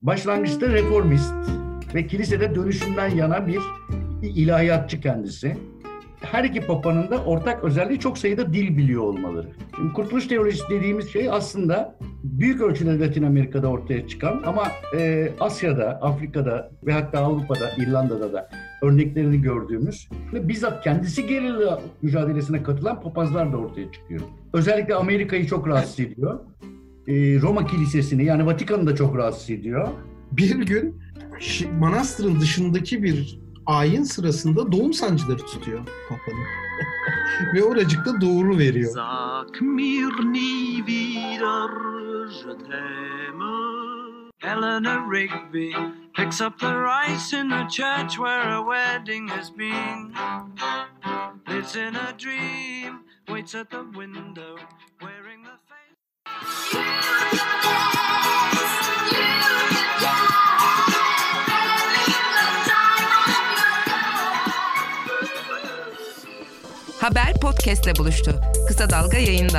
Başlangıçta reformist ve kilisede dönüşümden yana bir ilahiyatçı kendisi. Her iki papanın da ortak özelliği çok sayıda dil biliyor olmaları. Şimdi kurtuluş teolojisi dediğimiz şey aslında büyük ölçüde Latin Amerika'da ortaya çıkan ama Asya'da, Afrika'da ve hatta Avrupa'da, İrlanda'da da örneklerini gördüğümüz ve bizzat kendisi gerilla mücadelesine katılan papazlar da ortaya çıkıyor. Özellikle Amerika'yı çok rahatsız ediyor. Roma Kilisesi'ni yani Vatikan'ı da çok rahatsız ediyor. Bir gün manastırın dışındaki bir ayin sırasında doğum sancıları tutuyor papanın. Ve oracıkta doğru veriyor. Sag mir nie wieder, je t'aime. Eleanor Rigby picks up the rice in a church where a wedding has been. Lives in a dream, waits at the window, wearing the face. Haber podcast'le buluştu. Kısa Dalga yayında.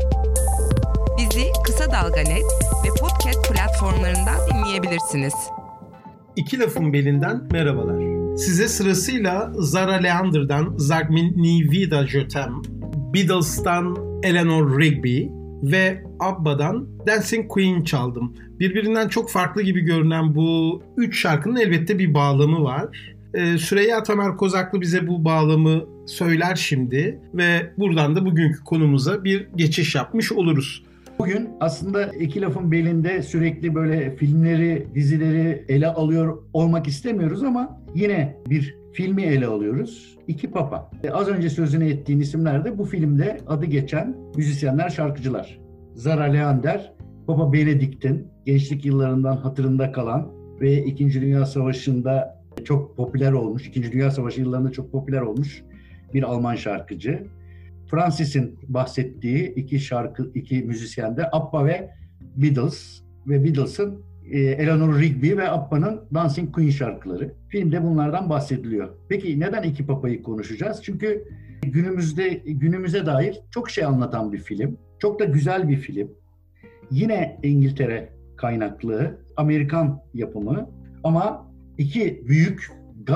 Bizi Kısa Dalga Net ve podcast platformlarından dinleyebilirsiniz. İki lafın belinden merhabalar. Size sırasıyla Zara Leander'dan Sag mir nie wieder je t'aime, Beatles'tan Eleanor Rigby ve ABBA'dan Dancing Queen çaldım. Birbirinden çok farklı gibi görünen bu üç şarkının elbette bir bağlamı var. Süreyya Tamer Kozaklı bize bu bağlamı söyler şimdi ve buradan da bugünkü konumuza bir geçiş yapmış oluruz. Bugün aslında iki lafın belinde sürekli böyle filmleri, dizileri ele alıyor olmak istemiyoruz ama yine bir filmi ele alıyoruz. İki Papa. Az önce sözünü ettiğin isimler de bu filmde adı geçen müzisyenler, şarkıcılar. Zara Leander, Papa Benedikt'in gençlik yıllarından hatırında kalan ve İkinci Dünya Savaşı'nda çok popüler olmuş, İkinci Dünya Savaşı yıllarında çok popüler olmuş bir Alman şarkıcı. Francis'in bahsettiği iki müzisyen de ABBA ve Beatles ve Beatles'ın Eleanor Rigby ve ABBA'nın Dancing Queen şarkıları. Filmde bunlardan bahsediliyor. Peki neden iki papayı konuşacağız? Çünkü günümüze dair çok şey anlatan bir film. Çok da güzel bir film. Yine İngiltere kaynaklı, Amerikan yapımı ama iki büyük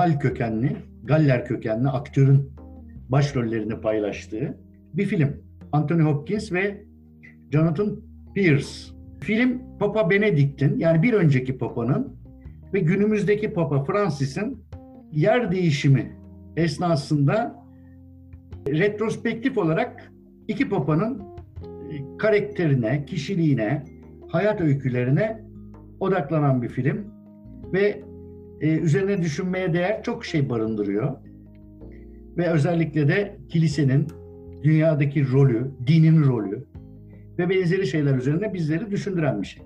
Galler kökenli aktörün başrollerini paylaştığı bir film. Anthony Hopkins ve Jonathan Pierce. Film Papa Benedikt'in yani bir önceki Papa'nın ve günümüzdeki Papa Francis'in yer değişimi esnasında retrospektif olarak iki Papa'nın karakterine, kişiliğine, hayat öykülerine odaklanan bir film ve üzerine düşünmeye değer çok şey barındırıyor. Ve özellikle de kilisenin dünyadaki rolü, dinin rolü ve benzeri şeyler üzerine bizleri düşündüren bir şey.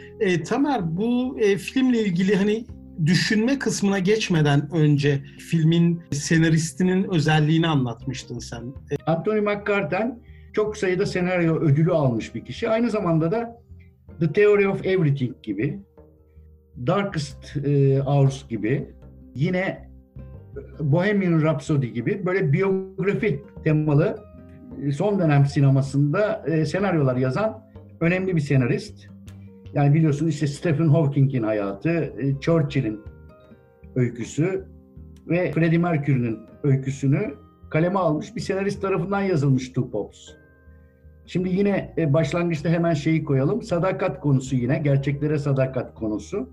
Tamer, bu filmle ilgili hani düşünme kısmına geçmeden önce filmin senaristinin özelliğini anlatmıştın sen. Anthony McCartan çok sayıda senaryo ödülü almış bir kişi. Aynı zamanda da The Theory of Everything gibi, Darkest Hours gibi, yine Bohemian Rhapsody gibi böyle biyografi temalı son dönem sinemasında senaryolar yazan önemli bir senarist. Yani biliyorsun işte Stephen Hawking'in hayatı, Churchill'in öyküsü ve Freddie Mercury'nin öyküsünü kaleme almış bir senarist tarafından yazılmış Two Popes. Şimdi yine başlangıçta hemen şeyi koyalım. Sadakat konusu yine, gerçeklere sadakat konusu.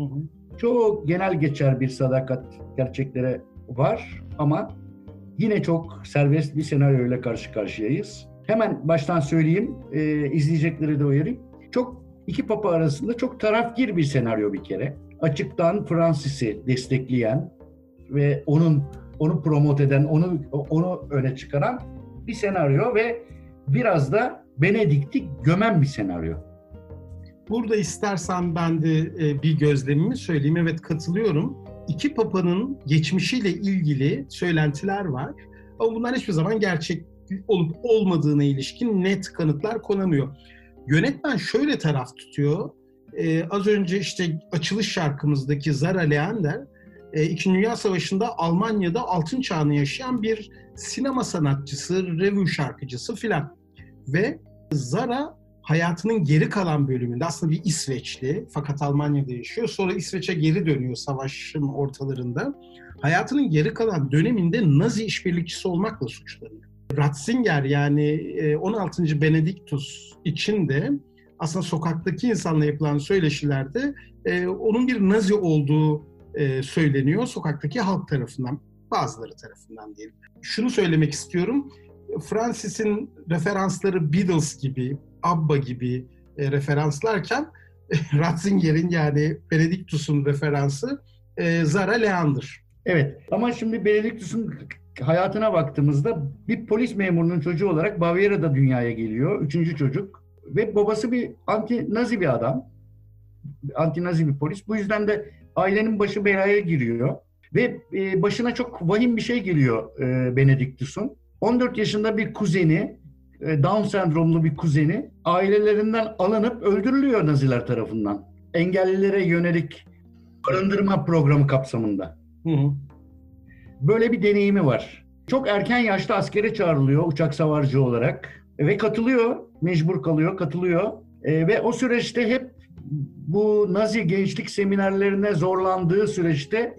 Çok genel geçer bir sadakat gerçeklere var ama yine çok serbest bir senaryoyla karşı karşıyayız. Hemen baştan söyleyeyim, izleyecekleri de uyarayım. İki papa arasında çok tarafgir bir senaryo bir kere. Açıktan Francis'i destekleyen ve onu promote eden, onu öne çıkaran bir senaryo ve biraz da Benedikt'i gömen bir senaryo. Burada istersen ben de bir gözlemimi söyleyeyim. Evet, katılıyorum. İki papanın geçmişiyle ilgili söylentiler var. Ama bunlar hiçbir zaman gerçek olup olmadığına ilişkin net kanıtlar konamıyor. Yönetmen şöyle taraf tutuyor. Az önce işte açılış şarkımızdaki Zara Leander, İkinci Dünya Savaşı'nda Almanya'da altın çağını yaşayan bir sinema sanatçısı, revue şarkıcısı filan. Ve Zara hayatının geri kalan bölümünde aslında bir İsveçli fakat Almanya'da yaşıyor. Sonra İsveç'e geri dönüyor savaşın ortalarında. Hayatının geri kalan döneminde Nazi işbirlikçisi olmakla suçlanıyor. Ratzinger yani 16. Benediktus için de aslında sokaktaki insanla yapılan söyleşilerde onun bir Nazi olduğu söyleniyor sokaktaki halk tarafından, bazıları tarafından diyelim. Şunu söylemek istiyorum, Francis'in referansları Beatles gibi, ABBA gibi referanslarken Ratzinger'in yani Benediktus'un referansı Zara Leander. Evet ama şimdi Benediktus'un hayatına baktığımızda bir polis memurunun çocuğu olarak Bavyera'da dünyaya geliyor. 3. çocuk. Ve babası bir anti-Nazi bir adam. Anti-Nazi bir polis. Bu yüzden de ailenin başı belaya giriyor. Ve başına çok vahim bir şey geliyor Benediktus'un. 14 yaşında bir kuzeni, Down sendromlu bir kuzeni ailelerinden alınıp öldürülüyor Naziler tarafından. Engellilere yönelik barındırma programı kapsamında. Hı hı. Böyle bir deneyimi var. Çok erken yaşta askere çağrılıyor uçak savarcı olarak ve katılıyor, mecbur kalıyor, katılıyor. Ve o süreçte hep bu Nazi gençlik seminerlerine zorlandığı süreçte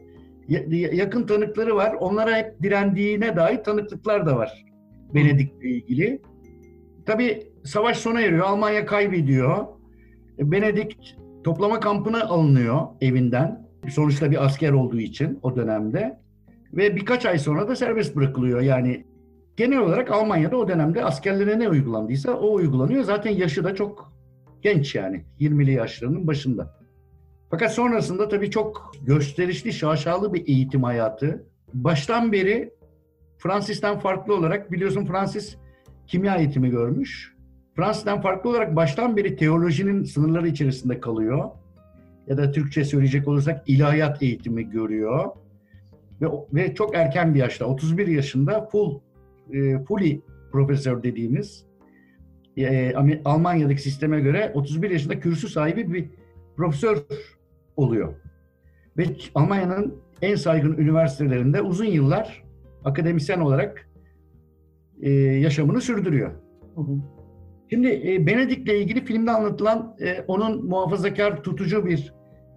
yakın tanıkları var. Onlara hep direndiğine dair tanıklıklar da var Benedikt'le ilgili. Tabii savaş sona eriyor, Almanya kaybediyor. Benedikt toplama kampına alınıyor evinden. Sonuçta bir asker olduğu için o dönemde. Ve birkaç ay sonra da serbest bırakılıyor. Yani genel olarak Almanya'da o dönemde askerlere ne uygulandıysa o uygulanıyor. Zaten yaşı da çok genç yani. 20'li yaşlarının başında. Fakat sonrasında tabii çok gösterişli, şaşalı bir eğitim hayatı. Baştan beri Francis'ten farklı olarak, biliyorsun Francis kimya eğitimi görmüş. Francis'ten farklı olarak baştan beri teolojinin sınırları içerisinde kalıyor. Ya da Türkçe söyleyecek olursak ilahiyat eğitimi görüyor. Ve çok erken bir yaşta, 31 yaşında fully profesör dediğimiz Almanya'daki sisteme göre 31 yaşında kürsü sahibi bir profesör oluyor. Ve Almanya'nın en saygın üniversitelerinde uzun yıllar akademisyen olarak yaşamını sürdürüyor. Hı hı. Şimdi Benedikt'le ilgili filmde anlatılan onun muhafazakar, tutucu bir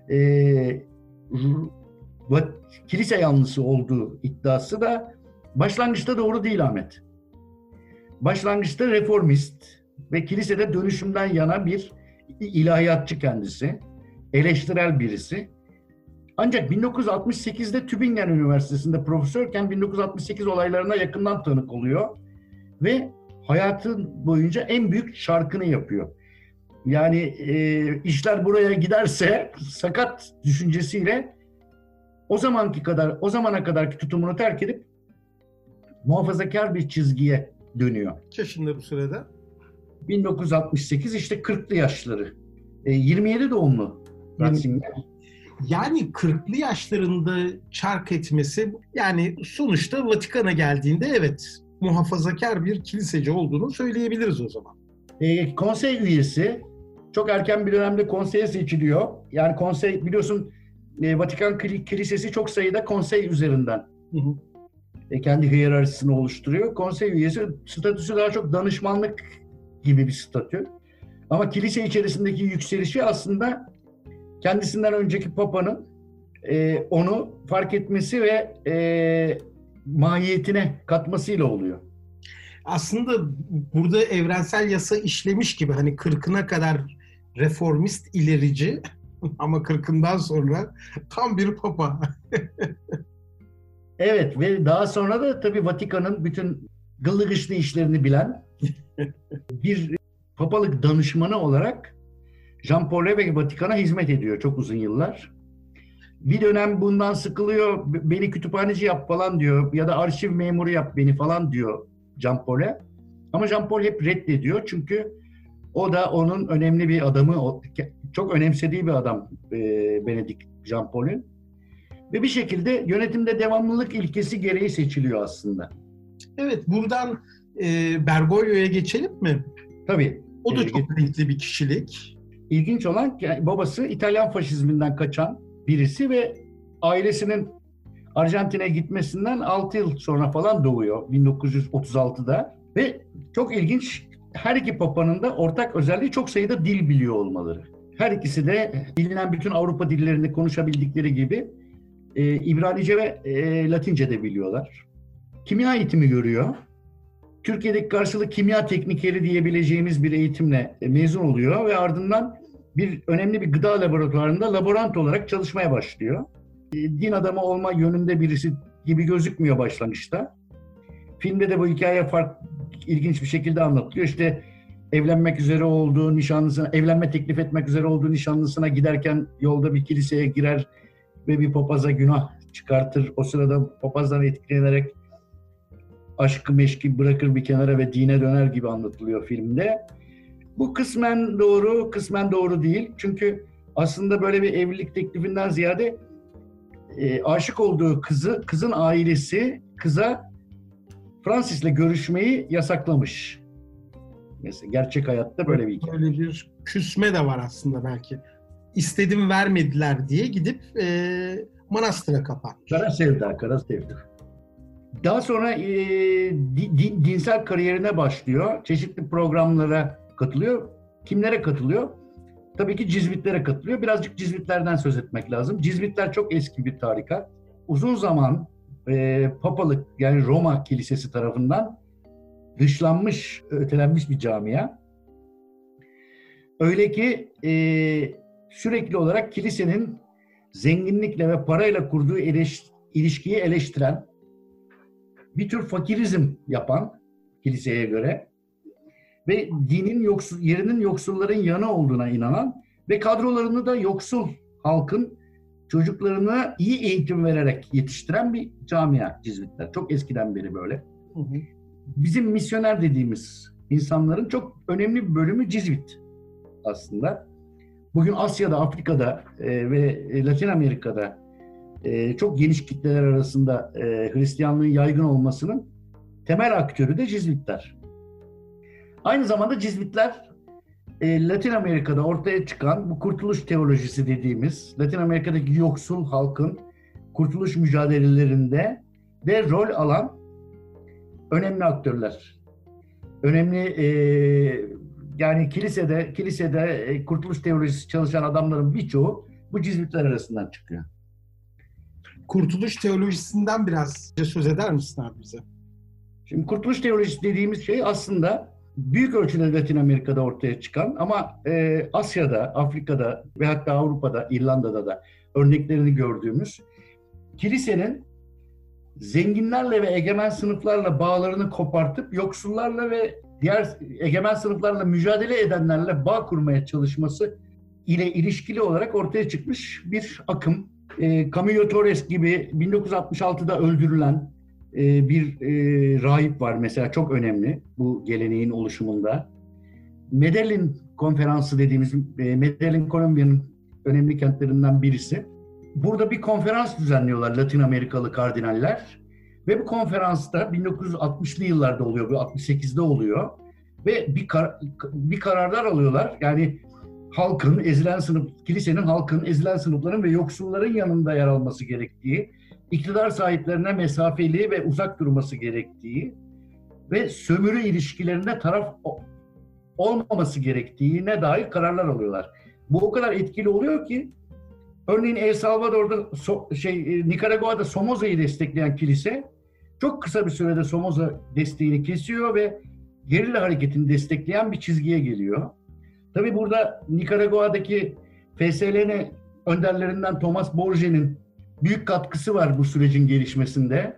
kilise yanlısı olduğu iddiası da başlangıçta doğru değil Ahmet. Başlangıçta reformist ve kilisede dönüşümden yana bir ilahiyatçı kendisi, eleştirel birisi. Ancak 1968'de Tübingen Üniversitesi'nde profesörken 1968 olaylarına yakından tanık oluyor ve hayatı boyunca en büyük şarkını yapıyor. Yani işler buraya giderse sakat düşüncesiyle o zamana kadarki tutumunu terk edip muhafazakar bir çizgiye dönüyor. Kaç yaşında bu sırada? 1968 işte 40'lı yaşları. 27 doğumlu Ratzinger. Yani 40'lı yaşlarında çark etmesi, yani sonuçta Vatikan'a geldiğinde evet muhafazakar bir kiliseci olduğunu söyleyebiliriz o zaman. Konsey üyesi, çok erken bir dönemde konseye seçiliyor. Yani konsey biliyorsun Vatikan Kilisesi çok sayıda konsey üzerinden kendi hiyerarşisini oluşturuyor. Konsey üyesi statüsü daha çok danışmanlık gibi bir statü. Ama kilise içerisindeki yükselişi aslında kendisinden önceki Papa'nın onu fark etmesi ve mahiyetine katmasıyla oluyor. Aslında burada evrensel yasa işlemiş gibi, hani 40'ına kadar reformist, ilerici ama 40'ından sonra tam bir Papa. Evet ve daha sonra da tabii Vatikan'ın bütün gıllı gışlı işlerini bilen bir papalık danışmanı olarak Jean Paul'e ve Vatikan'a hizmet ediyor çok uzun yıllar. Bir dönem bundan sıkılıyor, beni kütüphaneci yap falan diyor ya da arşiv memuru yap beni falan diyor Jean Paul'e. Ama Jean Paul hep reddediyor çünkü o da onun önemli bir adamı, çok önemsediği bir adam Benedikt Jean Paul'ün. Ve bir şekilde yönetimde devamlılık ilkesi gereği seçiliyor aslında. Evet, buradan Bergoglio'ya geçelim mi? Tabii. O da çok renkli bir kişilik. İlginç olan babası İtalyan faşizminden kaçan birisi ve ailesinin Arjantin'e gitmesinden 6 yıl sonra falan doğuyor 1936'da. Ve çok ilginç, her iki papanın da ortak özelliği çok sayıda dil biliyor olmaları. Her ikisi de bilinen bütün Avrupa dillerini konuşabildikleri gibi İbranice ve Latince de biliyorlar. Kimya eğitimi görüyor. Türkiye'deki karşılığı kimya teknikeri diyebileceğimiz bir eğitimle mezun oluyor ve ardından önemli bir gıda laboratuvarında laborant olarak çalışmaya başlıyor. Din adamı olma yönünde birisi gibi gözükmüyor başlangıçta. Filmde de bu hikaye ilginç bir şekilde anlatılıyor. İşte evlenmek üzere olduğu nişanlısına, evlenme teklif etmek üzere olduğu nişanlısına giderken yolda bir kiliseye girer ve bir papaza günah çıkartır. O sırada papazdan etkilenerek aşkı meşki bırakır bir kenara ve dine döner gibi anlatılıyor filmde. Bu kısmen doğru, kısmen doğru değil. Çünkü aslında böyle bir evlilik teklifinden ziyade aşık olduğu kızın ailesi kıza Francis'le görüşmeyi yasaklamış. Mesela gerçek hayatta böyle bir hikaye. Böyle bir küsme de var aslında belki. İstedim vermediler diye gidip manastıra kapanmış. Kara sevda. Daha sonra dinsel kariyerine başlıyor. Çeşitli programlara katılıyor. Kimlere katılıyor? Tabii ki Cizvitlere katılıyor. Birazcık Cizvitlerden söz etmek lazım. Cizvitler çok eski bir tarikat. Uzun zaman papalık yani Roma Kilisesi tarafından dışlanmış, ötelenmiş bir camia. Öyle ki sürekli olarak kilisenin zenginlikle ve parayla kurduğu ilişkiyi eleştiren, bir tür fakirizm yapan kiliseye göre ve dinin yerinin yoksulların yanı olduğuna inanan ve kadrolarını da yoksul halkın çocuklarına iyi eğitim vererek yetiştiren bir camia Cizvitler. Çok eskiden beri böyle. Hı hı. Bizim misyoner dediğimiz insanların çok önemli bir bölümü Cizvit aslında. Bugün Asya'da, Afrika'da ve Latin Amerika'da çok geniş kitleler arasında Hristiyanlığın yaygın olmasının temel aktörü de Cizvitler. Aynı zamanda Cizvitler Latin Amerika'da ortaya çıkan bu kurtuluş teolojisi dediğimiz Latin Amerika'daki yoksul halkın kurtuluş mücadelelerinde de rol alan önemli aktörler. Önemli yani kilisede kurtuluş teolojisi çalışan adamların birçoğu bu Cizvitler arasından çıkıyor. Kurtuluş teolojisinden biraz söz eder misin abi bize? Şimdi kurtuluş teolojisi dediğimiz şey aslında büyük ölçüde Latin Amerika'da ortaya çıkan ama Asya'da, Afrika'da ve hatta Avrupa'da, İrlanda'da da örneklerini gördüğümüz kilisenin zenginlerle ve egemen sınıflarla bağlarını kopartıp yoksullarla ve diğer egemen sınıflarla mücadele edenlerle bağ kurmaya çalışması ile ilişkili olarak ortaya çıkmış bir akım. Camilo Torres gibi 1966'da öldürülen bir rahip var mesela, çok önemli bu geleneğin oluşumunda. Medellin konferansı dediğimiz, Medellin Kolombiya'nın önemli kentlerinden birisi. Burada bir konferans düzenliyorlar Latin Amerikalı kardinaller ve bu konferansta 1960'lı yıllarda oluyor, bu 68'de oluyor ve bir kararlar alıyorlar. Yani halkın, ezilen sınıf, kilisenin halkın, ezilen sınıfların ve yoksulların yanında yer alması gerektiği, iktidar sahiplerine mesafeli ve uzak durması gerektiği ve sömürü ilişkilerinde taraf olmaması gerektiğine dair kararlar alıyorlar. Bu o kadar etkili oluyor ki, örneğin El Salvador'da, Nikaragua'da Somoza'yı destekleyen kilise çok kısa bir sürede Somoza desteğini kesiyor ve gerilla hareketini destekleyen bir çizgiye geliyor. Tabii burada Nikaragua'daki FSLN önderlerinden Tomás Borges'in büyük katkısı var bu sürecin gelişmesinde.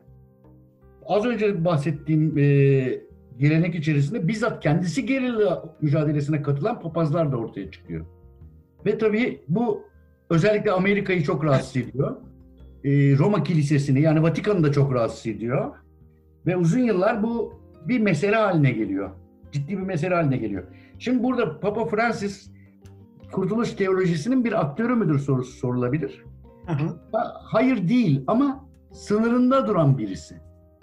Az önce bahsettiğim gelenek içerisinde bizzat kendisi gerilla mücadelesine katılan papazlar da ortaya çıkıyor. Ve tabii bu özellikle Amerika'yı çok rahatsız ediyor. Roma Kilisesi'ni, yani Vatikan'ı da çok rahatsız ediyor. Ve uzun yıllar bu bir mesele haline geliyor. Ciddi bir mesele haline geliyor. Şimdi burada Papa Francis kurtuluş teolojisinin bir aktörü müdür sorusu sorulabilir. Hı. Hayır değil ama sınırında duran birisi.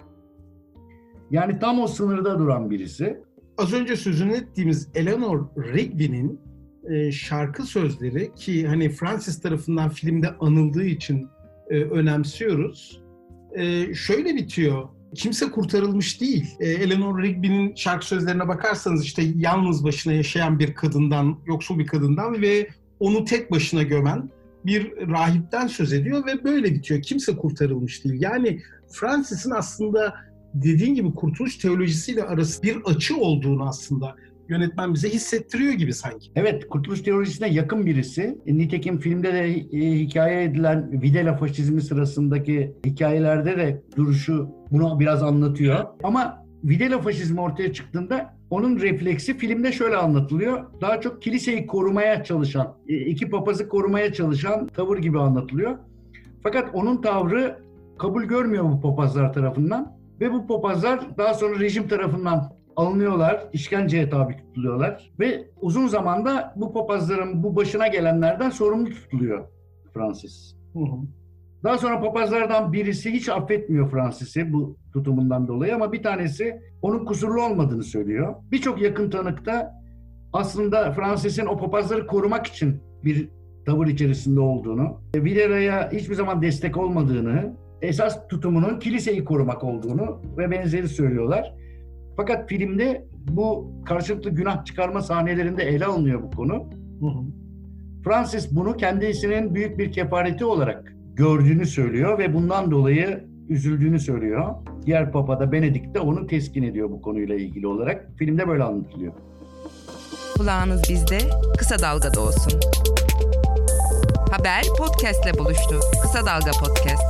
Yani tam o sınırda duran birisi. Az önce sözünü ettiğimiz Eleanor Rigby'nin şarkı sözleri, ki hani Francis tarafından filmde anıldığı için önemsiyoruz. Şöyle bitiyor kimse kurtarılmış değil. Eleanor Rigby'nin şarkı sözlerine bakarsanız işte yalnız başına yaşayan bir kadından, yoksul bir kadından ve onu tek başına gömen bir rahipten söz ediyor ve böyle bitiyor. Kimse kurtarılmış değil. Yani Francis'in aslında dediğin gibi kurtuluş teolojisiyle arası bir açı olduğunu aslında yönetmen bize hissettiriyor gibi sanki. Evet, kurtuluş teolojisine yakın birisi. Nitekim filmde de hikaye edilen Videla faşizmi sırasındaki hikayelerde de duruşu bunu biraz anlatıyor. Ama Videla faşizmi ortaya çıktığında onun refleksi filmde şöyle anlatılıyor. Daha çok kiliseyi korumaya çalışan, iki papazı korumaya çalışan tavır gibi anlatılıyor. Fakat onun tavrı kabul görmüyor bu papazlar tarafından. Ve bu papazlar daha sonra rejim tarafından alınıyorlar, işkenceye tabi tutuluyorlar. Ve uzun zamanda bu papazların bu başına gelenlerden sorumlu tutuluyor Francis. Daha sonra papazlardan birisi hiç affetmiyor Francis'i bu tutumundan dolayı ama bir tanesi onun kusurlu olmadığını söylüyor. Birçok yakın tanık da aslında Francis'in o papazları korumak için bir tavır içerisinde olduğunu, Vilera'ya hiçbir zaman destek olmadığını, esas tutumunun kiliseyi korumak olduğunu ve benzeri söylüyorlar. Fakat filmde bu karşılıklı günah çıkarma sahnelerinde ele alınıyor bu konu. Francis bunu kendisinin büyük bir kefareti olarak gördüğünü söylüyor ve bundan dolayı üzüldüğünü söylüyor. Diğer Papa da Benedikt de onu teskin ediyor bu konuyla ilgili olarak. Filmde böyle anlatılıyor. Kulağınız bizde, Kısa Dalga'da olsun. Haber podcast'le buluştu. Kısa Dalga Podcast.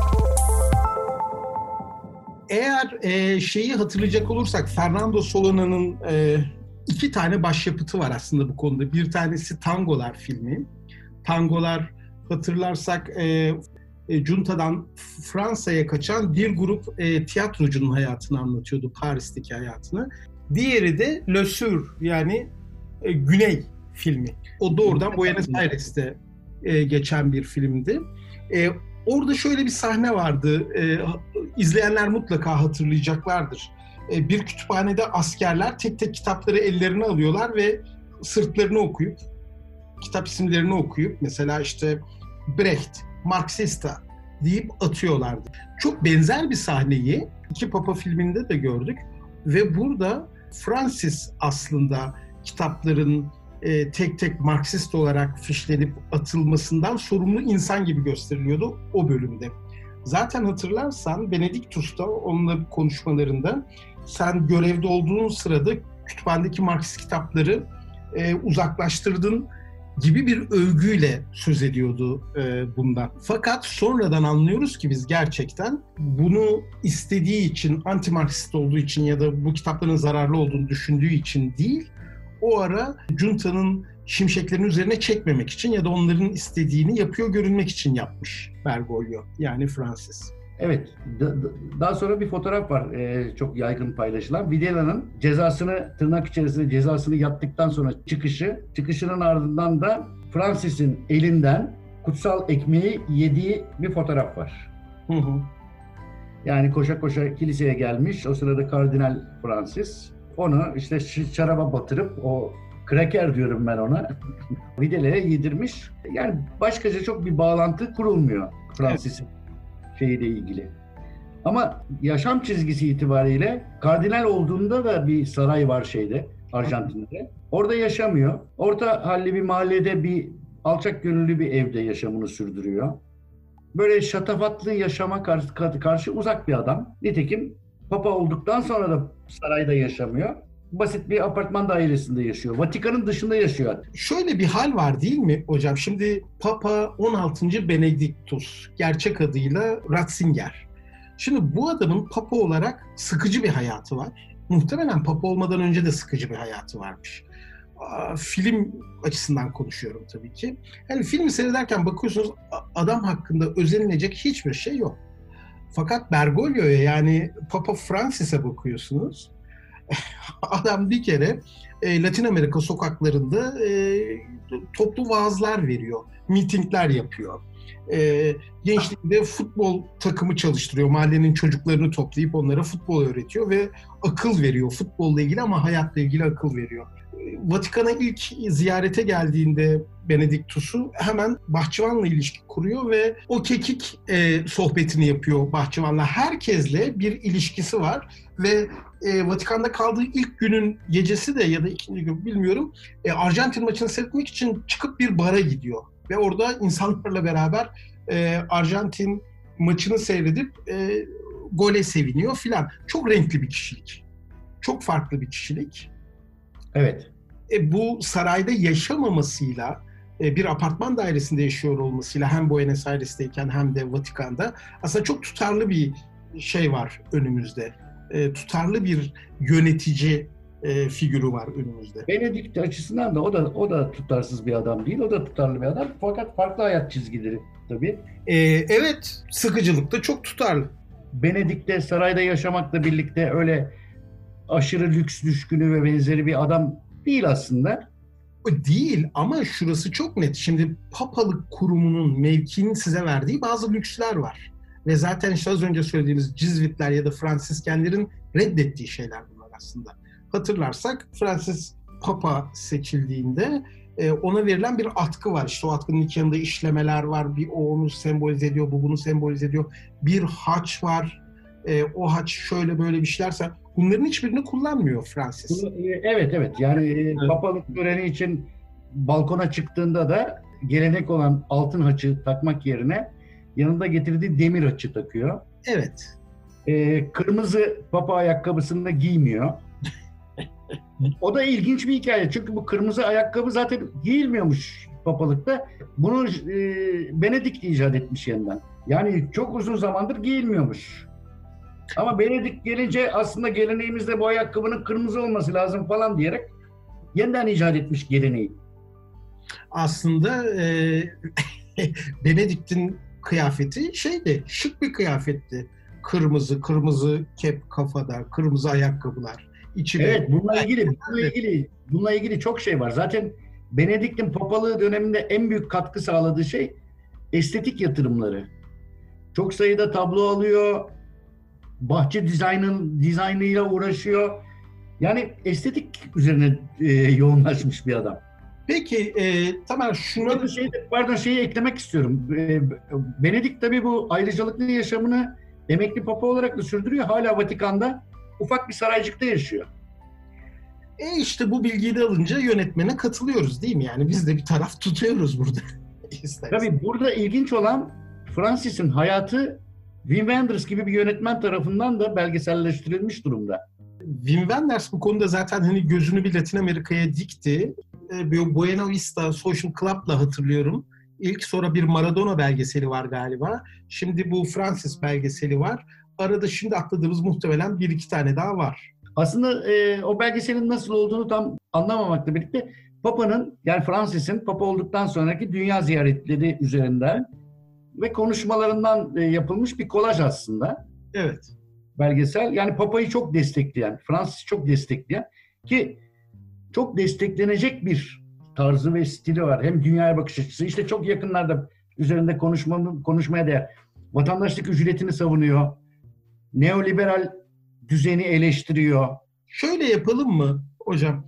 Eğer şeyi hatırlayacak olursak Fernando Solana'nın 2 tane başyapıtı var aslında bu konuda. Bir tanesi Tangolar filmi. Tangolar hatırlarsak Junta'dan Fransa'ya kaçan bir grup tiyatrocunun hayatını anlatıyordu, Paris'teki hayatını. Diğeri de Le Sur yani Güney filmi. O doğrudan Buenos Aires'te geçen bir filmdi. Orada şöyle bir sahne vardı. İzleyenler mutlaka hatırlayacaklardır. Bir kütüphanede askerler tek tek kitapları ellerine alıyorlar ve sırtlarını okuyup, kitap isimlerini okuyup, mesela işte Brecht, Marxista deyip atıyorlardı. Çok benzer bir sahneyi İki Papa filminde de gördük. Ve burada Francis aslında kitapların tek tek Marksist olarak fişlenip atılmasından sorumlu insan gibi gösteriliyordu o bölümde. Zaten hatırlarsan Benediktus da onunla konuşmalarında sen görevde olduğun sırada kütüphanedeki Marksist kitapları uzaklaştırdın gibi bir övgüyle söz ediyordu bundan. Fakat sonradan anlıyoruz ki biz gerçekten bunu istediği için, anti-Marksist olduğu için ya da bu kitapların zararlı olduğunu düşündüğü için değil, o ara Junta'nın şimşeklerini üzerine çekmemek için ya da onların istediğini yapıyor görünmek için yapmış Bergoglio, yani Francis. Evet, daha sonra bir fotoğraf var çok yaygın paylaşılan. Videla'nın cezasını, tırnak içerisinde cezasını yaptıktan sonra çıkışının ardından da Francis'in elinden kutsal ekmeği yediği bir fotoğraf var. Yani koşa koşa kiliseye gelmiş, o sırada Kardinal Francis onu işte şaraba batırıp, o kraker diyorum ben ona, Videla'ya yedirmiş. Yani başkaca çok bir bağlantı kurulmuyor Francis'in şeyle ilgili. Ama yaşam çizgisi itibariyle kardinal olduğunda da bir saray var Arjantin'de. Orada yaşamıyor. Orta halli bir mahallede bir alçak gönüllü bir evde yaşamını sürdürüyor. Böyle şatafatlı yaşama karşı uzak bir adam. Nitekim Papa olduktan sonra da sarayda yaşamıyor. Basit bir apartman dairesinde yaşıyor. Vatikan'ın dışında yaşıyor. Şöyle bir hal var değil mi hocam? Şimdi Papa 16. Benediktus, gerçek adıyla Ratzinger. Şimdi bu adamın Papa olarak sıkıcı bir hayatı var. Muhtemelen Papa olmadan önce de sıkıcı bir hayatı varmış. Film açısından konuşuyorum tabii ki. Yani filmi seyrederken bakıyorsunuz adam hakkında özenilecek hiçbir şey yok. Fakat Bergoglio'ya, yani Papa Francis'e bakıyorsunuz. Adam bir kere Latin Amerika sokaklarında toplu vaazlar veriyor, mitingler yapıyor. Gençliğinde futbol takımı çalıştırıyor, mahallenin çocuklarını toplayıp onlara futbol öğretiyor ve akıl veriyor futbolla ilgili ama hayatla ilgili akıl veriyor. Vatikan'a ilk ziyarete geldiğinde Benediktus'u hemen bahçıvanla ilişki kuruyor ve o kekik sohbetini yapıyor bahçıvanla. Herkesle bir ilişkisi var ve Vatikan'da kaldığı ilk günün gecesi de ya da ikinci gün bilmiyorum, Arjantin maçını seyretmek için çıkıp bir bara gidiyor. Ve orada insanlarla beraber Arjantin maçını seyredip gole seviniyor filan. Çok renkli bir kişilik. Çok farklı bir kişilik. Evet. Bu sarayda yaşamamasıyla, bir apartman dairesinde yaşıyor olmasıyla hem Buenos Aires'teyken hem de Vatikan'da aslında çok tutarlı bir şey var önümüzde. Tutarlı bir yönetici figürü var önümüzde. Benedikt açısından da o da tutarsız bir adam değil. O da tutarlı bir adam. Fakat farklı hayat çizgileri tabii. Evet, sıkıcılıkta çok tutarlı. Benedikt'te sarayda yaşamakla birlikte öyle aşırı lüks düşkünü ve benzeri bir adam değil aslında. Değil ama şurası çok net. Şimdi papalık kurumunun, mevkinin size verdiği bazı lüksler var. Ve zaten işte az önce söylediğimiz Cizvitler ya da Fransiskenlerin reddettiği şeyler bunlar aslında. Hatırlarsak Francis Papa seçildiğinde ona verilen bir atkı var. İşte o atkının iki yanında işlemeler var. Bir o onu sembolize ediyor, bu bunu sembolize ediyor. Bir haç var. O haç şöyle böyle bir şeylerse bunların hiçbirini kullanmıyor Francis. Evet. Yani papalık töreni için balkona çıktığında da gelenek olan altın haçı takmak yerine yanında getirdiği demir haçı takıyor. Evet. Kırmızı papa ayakkabısını da giymiyor. O da ilginç bir hikaye. Çünkü bu kırmızı ayakkabı zaten giyilmiyormuş papalıkta. Bunu Benedikt icat etmiş yeniden. Yani çok uzun zamandır giyilmiyormuş. Ama Benedikt gelince aslında geleneğimizde bu ayakkabının kırmızı olması lazım falan diyerek yeniden icat etmiş geleneği. Aslında Benedikt'in kıyafeti şeydi, şık bir kıyafetti. Kırmızı kep kafada, kırmızı ayakkabılar. İçine... Evet, bununla ilgili çok şey var. Zaten Benedikt'in papalığı döneminde en büyük katkı sağladığı şey estetik yatırımları. Çok sayıda tablo alıyor, bahçe dizaynıyla uğraşıyor. Yani estetik üzerine yoğunlaşmış bir adam. Peki, tamam şuna... Şeyi eklemek istiyorum. Benedikt tabii bu ayrıcalıklı yaşamını emekli papa olarak da sürdürüyor. Hala Vatikan'da ufak bir saraycıkta yaşıyor. İşte bu bilgiyi de alınca yönetmene katılıyoruz değil mi? Yani biz de bir taraf tutuyoruz burada. Tabii burada ilginç olan Francis'in hayatı Wim Wenders gibi bir yönetmen tarafından da belgeselleştirilmiş durumda. Wim Wenders bu konuda zaten hani gözünü bir Latin Amerika'ya dikti. Buena Vista Social Club'la hatırlıyorum. İlk sonra bir Maradona belgeseli var galiba. Şimdi bu Francis belgeseli var. Arada şimdi atladığımız muhtemelen bir iki tane daha var. Aslında o belgeselin nasıl olduğunu tam anlamamakla birlikte Papa'nın, yani Francis'in Papa olduktan sonraki dünya ziyaretleri üzerinden ve konuşmalarından yapılmış bir kolaj aslında. Evet. Belgesel. Yani Papa'yı çok destekleyen, Francis'i çok destekleyen ki çok desteklenecek bir tarzı ve stili var. Hem dünyaya bakış açısı. İşte çok yakınlarda üzerinde konuşmaya değer. Vatandaşlık ücretini savunuyor. Neoliberal düzeni eleştiriyor. Şöyle yapalım mı hocam?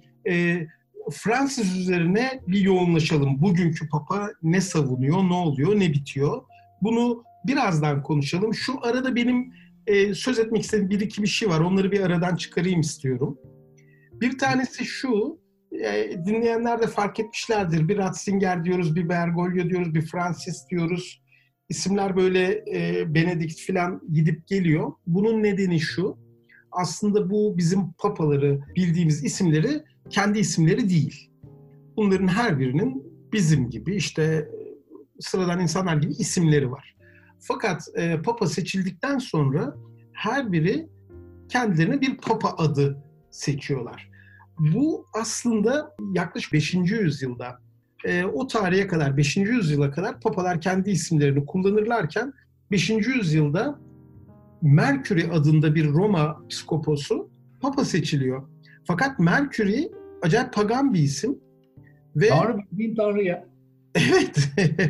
Fransız üzerine bir yoğunlaşalım. Bugünkü Papa ne savunuyor, ne oluyor, ne bitiyor? Bunu birazdan konuşalım. Şu arada benim söz etmek istediğim bir iki bir şey var. Onları bir aradan çıkarayım istiyorum. Bir tanesi şu, dinleyenler de fark etmişlerdir. Bir Ratzinger diyoruz, bir Bergoglio diyoruz, bir Francis diyoruz. İsimler böyle Benedikt falan gidip geliyor. Bunun nedeni şu, aslında bu bizim papaları bildiğimiz isimleri kendi isimleri değil. Bunların her birinin bizim gibi işte sıradan insanlar gibi isimleri var. Fakat papa seçildikten sonra her biri kendilerine bir papa adı seçiyorlar. Bu aslında yaklaşık 5. yüzyılda o tarihe kadar 5. yüzyıla kadar papalar kendi isimlerini kullanırlarken 5. yüzyılda Mercury adında bir Roma psikoposu papa seçiliyor. Fakat Mercury acayip pagan bir isim. Ve Tanrı bildiğin Tanrı ya. Evet.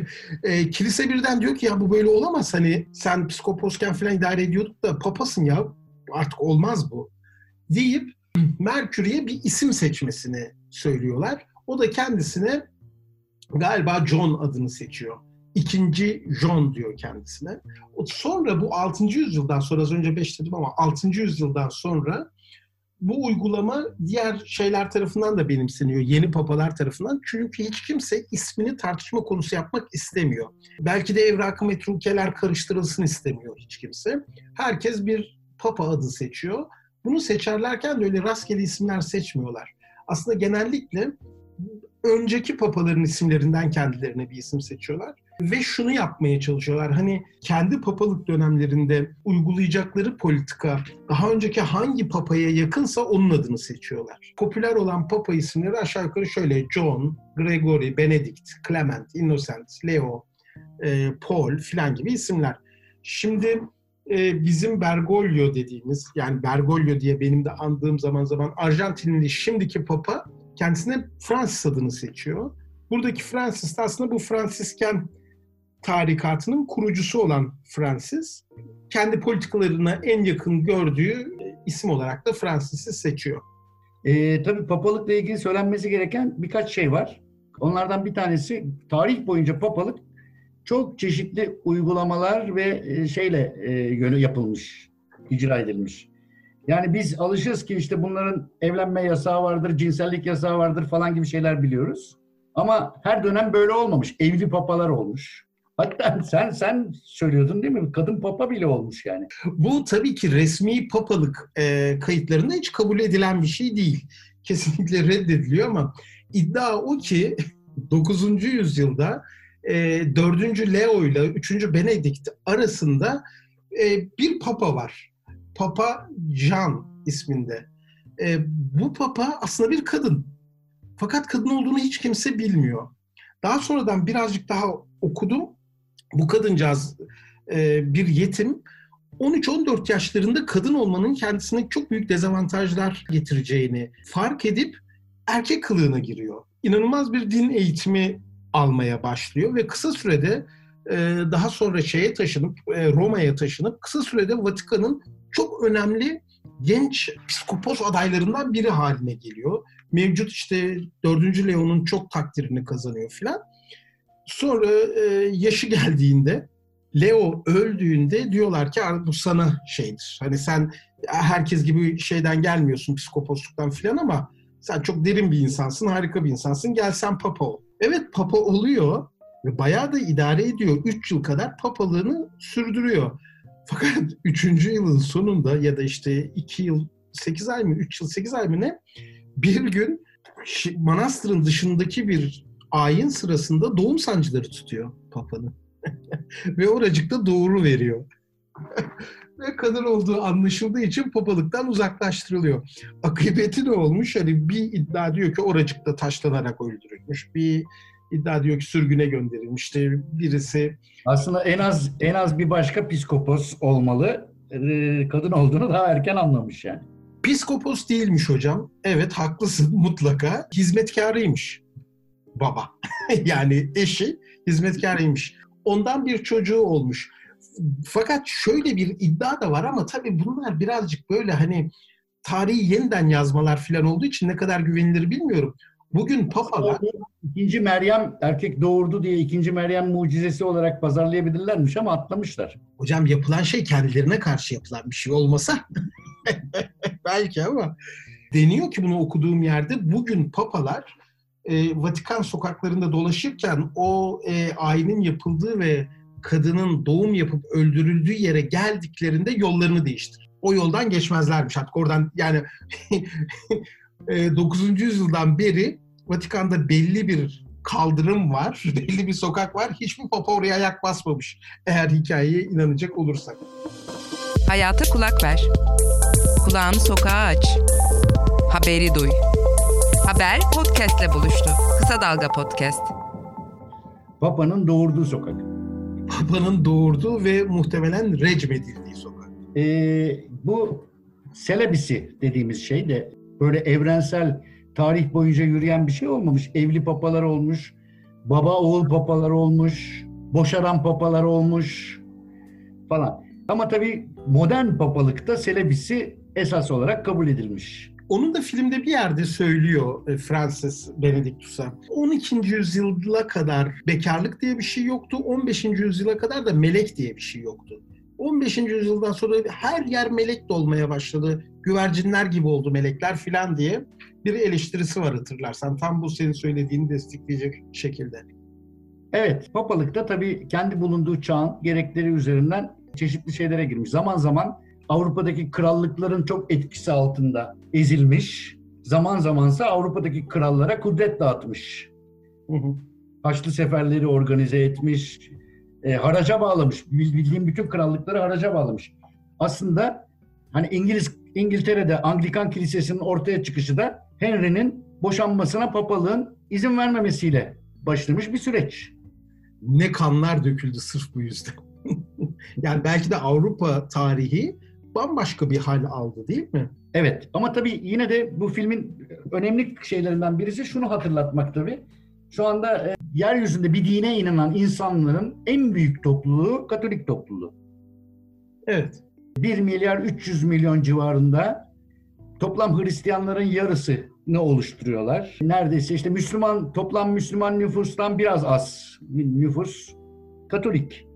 Kilise birden diyor ki ya bu böyle olamaz. Hani sen psikoposken falan idare ediyorduk da papasın ya. Artık olmaz bu. Deyip Mercury'ye bir isim seçmesini söylüyorlar. O da kendisine galiba John adını seçiyor. İkinci John diyor kendisine. Sonra bu 6. yüzyıldan sonra, az önce 5 dedim ama 6. yüzyıldan sonra bu uygulama diğer şeyler tarafından da benimseniyor. Yeni papalar tarafından. Çünkü hiç kimse ismini tartışma konusu yapmak istemiyor. Belki de evrak-ı metrukeler karıştırılsın istemiyor hiç kimse. Herkes bir papa adı seçiyor. Bunu seçerlerken de öyle rastgele isimler seçmiyorlar. Aslında genellikle önceki papaların isimlerinden kendilerine bir isim seçiyorlar. Ve şunu yapmaya çalışıyorlar. Hani kendi papalık dönemlerinde uygulayacakları politika daha önceki hangi papaya yakınsa onun adını seçiyorlar. Popüler olan papa isimleri aşağı yukarı şöyle: John, Gregory, Benedict, Clement, Innocent, Leo, Paul filan gibi isimler. Şimdi bizim Bergoglio dediğimiz, yani Bergoglio diye benim de andığım zaman zaman Arjantinli şimdiki papa kendisine Francis adını seçiyor. Buradaki Francis de aslında bu Fransisken tarikatının kurucusu olan Francis. Kendi politikalarına en yakın gördüğü isim olarak da Francis'i seçiyor. Tabii papalıkla ilgili söylenmesi gereken birkaç şey var. Onlardan bir tanesi, tarih boyunca papalık çok çeşitli uygulamalar ve yapılmış, icra edilmiş. Yani biz alışırız ki işte bunların evlenme yasağı vardır, cinsellik yasağı vardır falan gibi şeyler biliyoruz. Ama her dönem böyle olmamış. Evli papalar olmuş. Hatta sen söylüyordun değil mi? Kadın papa bile olmuş yani. Bu tabii ki resmi papalık kayıtlarında hiç kabul edilen bir şey değil. Kesinlikle reddediliyor ama iddia o ki 9. yüzyılda 4. Leo ile 3. Benedict arasında bir papa var. Papa Jean isminde. Bu papa aslında bir kadın. Fakat kadın olduğunu hiç kimse bilmiyor. Daha sonradan birazcık daha okudum. Bu kadıncağız bir yetim. 13-14 yaşlarında kadın olmanın kendisine çok büyük dezavantajlar getireceğini fark edip erkek kılığına giriyor. İnanılmaz bir din eğitimi almaya başlıyor ve kısa sürede daha sonra Roma'ya taşınıp kısa sürede Vatikan'ın çok önemli genç psikopos adaylarından biri haline geliyor. Mevcut işte 4. Leo'nun çok takdirini kazanıyor filan. Sonra yaşı geldiğinde, Leo öldüğünde diyorlar ki bu sana şeydir. Hani sen herkes gibi şeyden gelmiyorsun, psikoposluktan filan, ama sen çok derin bir insansın, harika bir insansın. Gel sen papa ol. Evet, papa oluyor ve bayağı da idare ediyor. 3 yıl kadar papalığını sürdürüyor. Fakat 3. yılın sonunda ya da işte 2 yıl 8 ay mı, 3 yıl 8 ay mı ne? Bir gün manastırın dışındaki bir ayin sırasında doğum sancıları tutuyor papanın. Ve oracıkta doğuru veriyor. Ve kadın olduğu anlaşıldığı için papalıktan uzaklaştırılıyor. Akıbeti ne olmuş? Hani bir iddia diyor ki oracıkta taşlanarak öldürülmüş. Bir iddia diyor ki sürgüne gönderilmiş. İşte birisi... Aslında en az bir başka psikopos olmalı. Kadın olduğunu daha erken anlamış yani. Psikopos değilmiş hocam. Evet, haklısın mutlaka. Hizmetkarıymış baba. Yani eşi hizmetkarıymış. Ondan bir çocuğu olmuş. Fakat şöyle bir iddia da var ama tabii bunlar birazcık böyle hani tarihi yeniden yazmalar falan olduğu için ne kadar güvenilir bilmiyorum. Bugün papalar... İkinci Meryem erkek doğurdu diye ikinci Meryem mucizesi olarak pazarlayabilirlermiş ama atlamışlar. Hocam yapılan şey kendilerine karşı yapılan bir şey olmasa belki, ama deniyor ki bunu okuduğum yerde bugün papalar Vatikan sokaklarında dolaşırken o ayinin yapıldığı ve kadının doğum yapıp öldürüldüğü yere geldiklerinde yollarını değiştirir. O yoldan geçmezlermiş artık oradan, yani 9. yüzyıldan beri Vatikan'da belli bir kaldırım var, belli bir sokak var. Hiçbir papa oraya ayak basmamış eğer hikayeye inanacak olursak. Hayata kulak ver. Kulağını sokağa aç. Haberi duy. Haber podcast'le buluştu. Kısa Dalga Podcast. Papa'nın doğurduğu sokak. Papa'nın doğurduğu ve muhtemelen recmedildiği sokak. Bu selebisi dediğimiz şey de böyle evrensel, tarih boyunca yürüyen bir şey olmamış. Evli papalar olmuş, baba oğul papalar olmuş, boşaran papalar olmuş falan. Ama tabii modern papalıkta selebisi esas olarak kabul edilmiş. Onun da filmde bir yerde söylüyor Francis Benedictus'a. 12. yüzyıla kadar bekarlık diye bir şey yoktu. 15. yüzyıla kadar da melek diye bir şey yoktu. 15. yüzyıldan sonra her yer melek dolmaya başladı. Güvercinler gibi oldu melekler filan diye bir eleştirisi var hatırlarsan. Tam bu senin söylediğini destekleyecek şekilde. Evet, papalık da tabii kendi bulunduğu çağın gerekleri üzerinden çeşitli şeylere girmiş. Zaman zaman Avrupa'daki krallıkların çok etkisi altında ezilmiş. Zaman zamansa Avrupa'daki krallara kudret dağıtmış. Haçlı seferleri organize etmiş. Haraca bağlamış. Bildiğim bütün krallıkları haraca bağlamış. Aslında hani İngiltere'de Anglikan Kilisesi'nin ortaya çıkışı da Henry'nin boşanmasına papalığın izin vermemesiyle başlamış bir süreç. Ne kanlar döküldü sırf bu yüzden. Yani belki de Avrupa tarihi bambaşka bir hal aldı değil mi? Evet ama tabii yine de bu filmin önemli şeylerinden birisi şunu hatırlatmak tabii. Şu anda yeryüzünde bir dine inanan insanların en büyük topluluğu Katolik topluluğu. Evet. 1 milyar 300 milyon civarında toplam Hristiyanların yarısını oluşturuyorlar. Neredeyse işte toplam Müslüman nüfustan biraz az nüfus Katolik.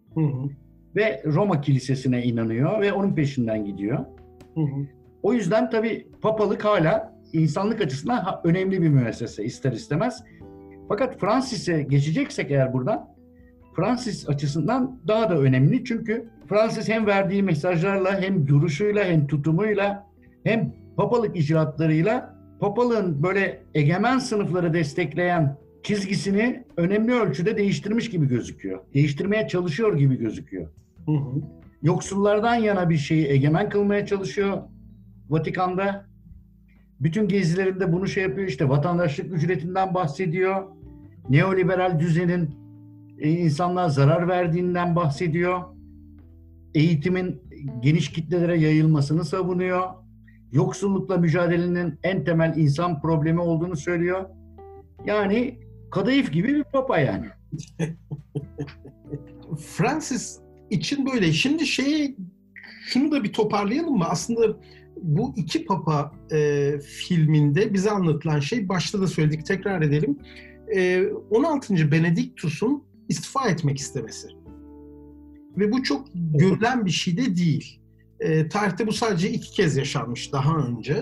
Ve Roma Kilisesi'ne inanıyor ve onun peşinden gidiyor. O yüzden tabii papalık hala insanlık açısından önemli bir müessese ister istemez. Fakat Francis'e geçeceksek eğer buradan, Francis açısından daha da önemli. Çünkü Francis hem verdiği mesajlarla hem duruşuyla hem tutumuyla hem papalık icraatlarıyla papalığın böyle egemen sınıfları destekleyen çizgisini önemli ölçüde değiştirmiş gibi gözüküyor. Değiştirmeye çalışıyor gibi gözüküyor. Yoksullardan yana bir şeyi egemen kılmaya çalışıyor Vatikan'da. Bütün gezilerinde bunu yapıyor, işte vatandaşlık ücretinden bahsediyor. Neoliberal düzenin insanlığa zarar verdiğinden bahsediyor. Eğitimin geniş kitlelere yayılmasını savunuyor. Yoksullukla mücadelenin en temel insan problemi olduğunu söylüyor. Yani kadayıf gibi bir papa yani. Francis için böyle. Şimdi şunu da bir toparlayalım mı? Aslında bu iki papa filminde bize anlatılan şey, başta da söyledik, tekrar edelim. 16. Benediktus'un istifa etmek istemesi. Ve bu çok görülen bir şey de değil. Tarihte bu sadece 2 kez yaşanmış daha önce.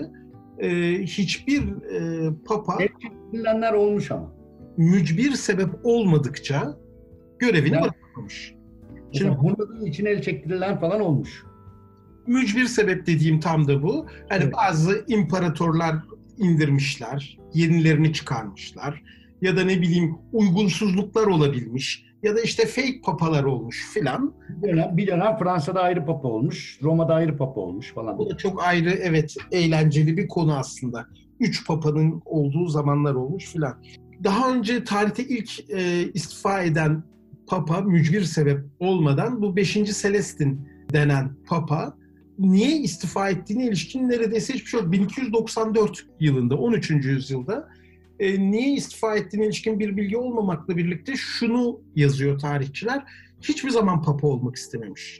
Hiçbir papa Bilenler olmuş ama. mücbir sebep olmadıkça görevini bırakmamış. Şimdi bunun için el çektirilen falan olmuş. Mücbir sebep dediğim tam da bu. Hani evet. Bazı imparatorlar indirmişler, yenilerini çıkarmışlar. Ya da ne bileyim uygunsuzluklar olabilmiş. Ya da işte fake papalar olmuş filan. Bir dönem Fransa'da ayrı papa olmuş, Roma'da ayrı papa olmuş falan. Bu da çok ayrı, evet, eğlenceli bir konu aslında. 3 papanın olduğu zamanlar olmuş filan. Daha önce tarihte ilk istifa eden papa mücbir sebep olmadan bu 5. Celestin denen papa niye istifa ettiğine ilişkin neredeyse hiçbir şey yok. 1294 yılında, 13. yüzyılda niye istifa ettiğine ilişkin bir bilgi olmamakla birlikte şunu yazıyor tarihçiler: hiçbir zaman papa olmak istememiş.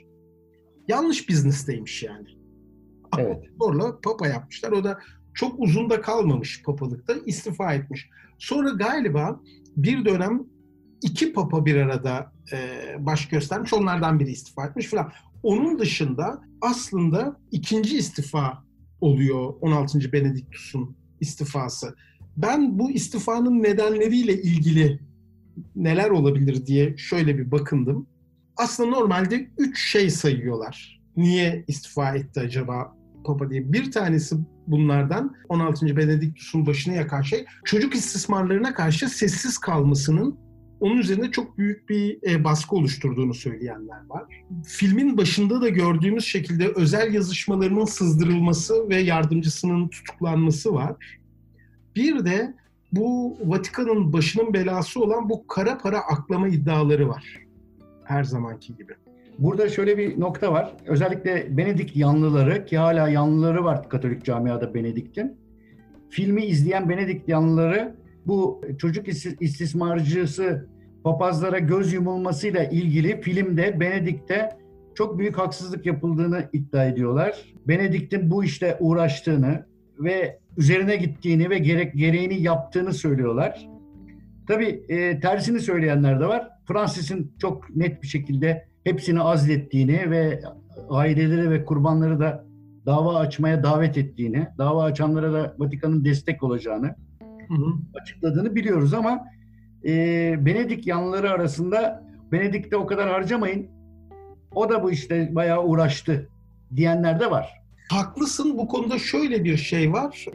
Yanlış business'teymiş yani. Evet. Zorla papa yapmışlar. O da çok uzun da kalmamış papalıkta, istifa etmiş. Sonra galiba bir dönem 2 papa bir arada baş göstermiş. Onlardan biri istifa etmiş falan. Onun dışında aslında 2. istifa oluyor 16. Benediktus'un istifası. Ben bu istifanın nedenleriyle ilgili neler olabilir diye şöyle bir bakındım. Aslında normalde 3 şey sayıyorlar. Niye istifa etti acaba Papa diye. Bir tanesi bunlardan 16. Benediktus'un başını yakan şey, çocuk istismarlarına karşı sessiz kalmasının onun üzerinde çok büyük bir baskı oluşturduğunu söyleyenler var. Filmin başında da gördüğümüz şekilde özel yazışmalarının sızdırılması ve yardımcısının tutuklanması var. Bir de bu Vatikan'ın başının belası olan bu kara para aklama iddiaları var. Her zamanki gibi. Burada şöyle bir nokta var. Özellikle Benedik yanlıları, ki hala yanlıları var Katolik camiada Benedikt'in. Filmi izleyen Benedik yanlıları bu çocuk istismarcısı papazlara göz yumulmasıyla ilgili filmde Benedikt'e çok büyük haksızlık yapıldığını iddia ediyorlar. Benedikt'in bu işte uğraştığını, ve üzerine gittiğini ve gereğini yaptığını söylüyorlar. Tabii tersini söyleyenler de var. Francis'in çok net bir şekilde hepsini azlettiğini ve aileleri ve kurbanları da dava açmaya davet ettiğini, dava açanlara da Vatikan'ın destek olacağını açıkladığını biliyoruz ama Venedik yanlıları arasında Venedik'te o kadar harcamayın, o da bu işte bayağı uğraştı diyenler de var. Haklısın, bu konuda şöyle bir şey var.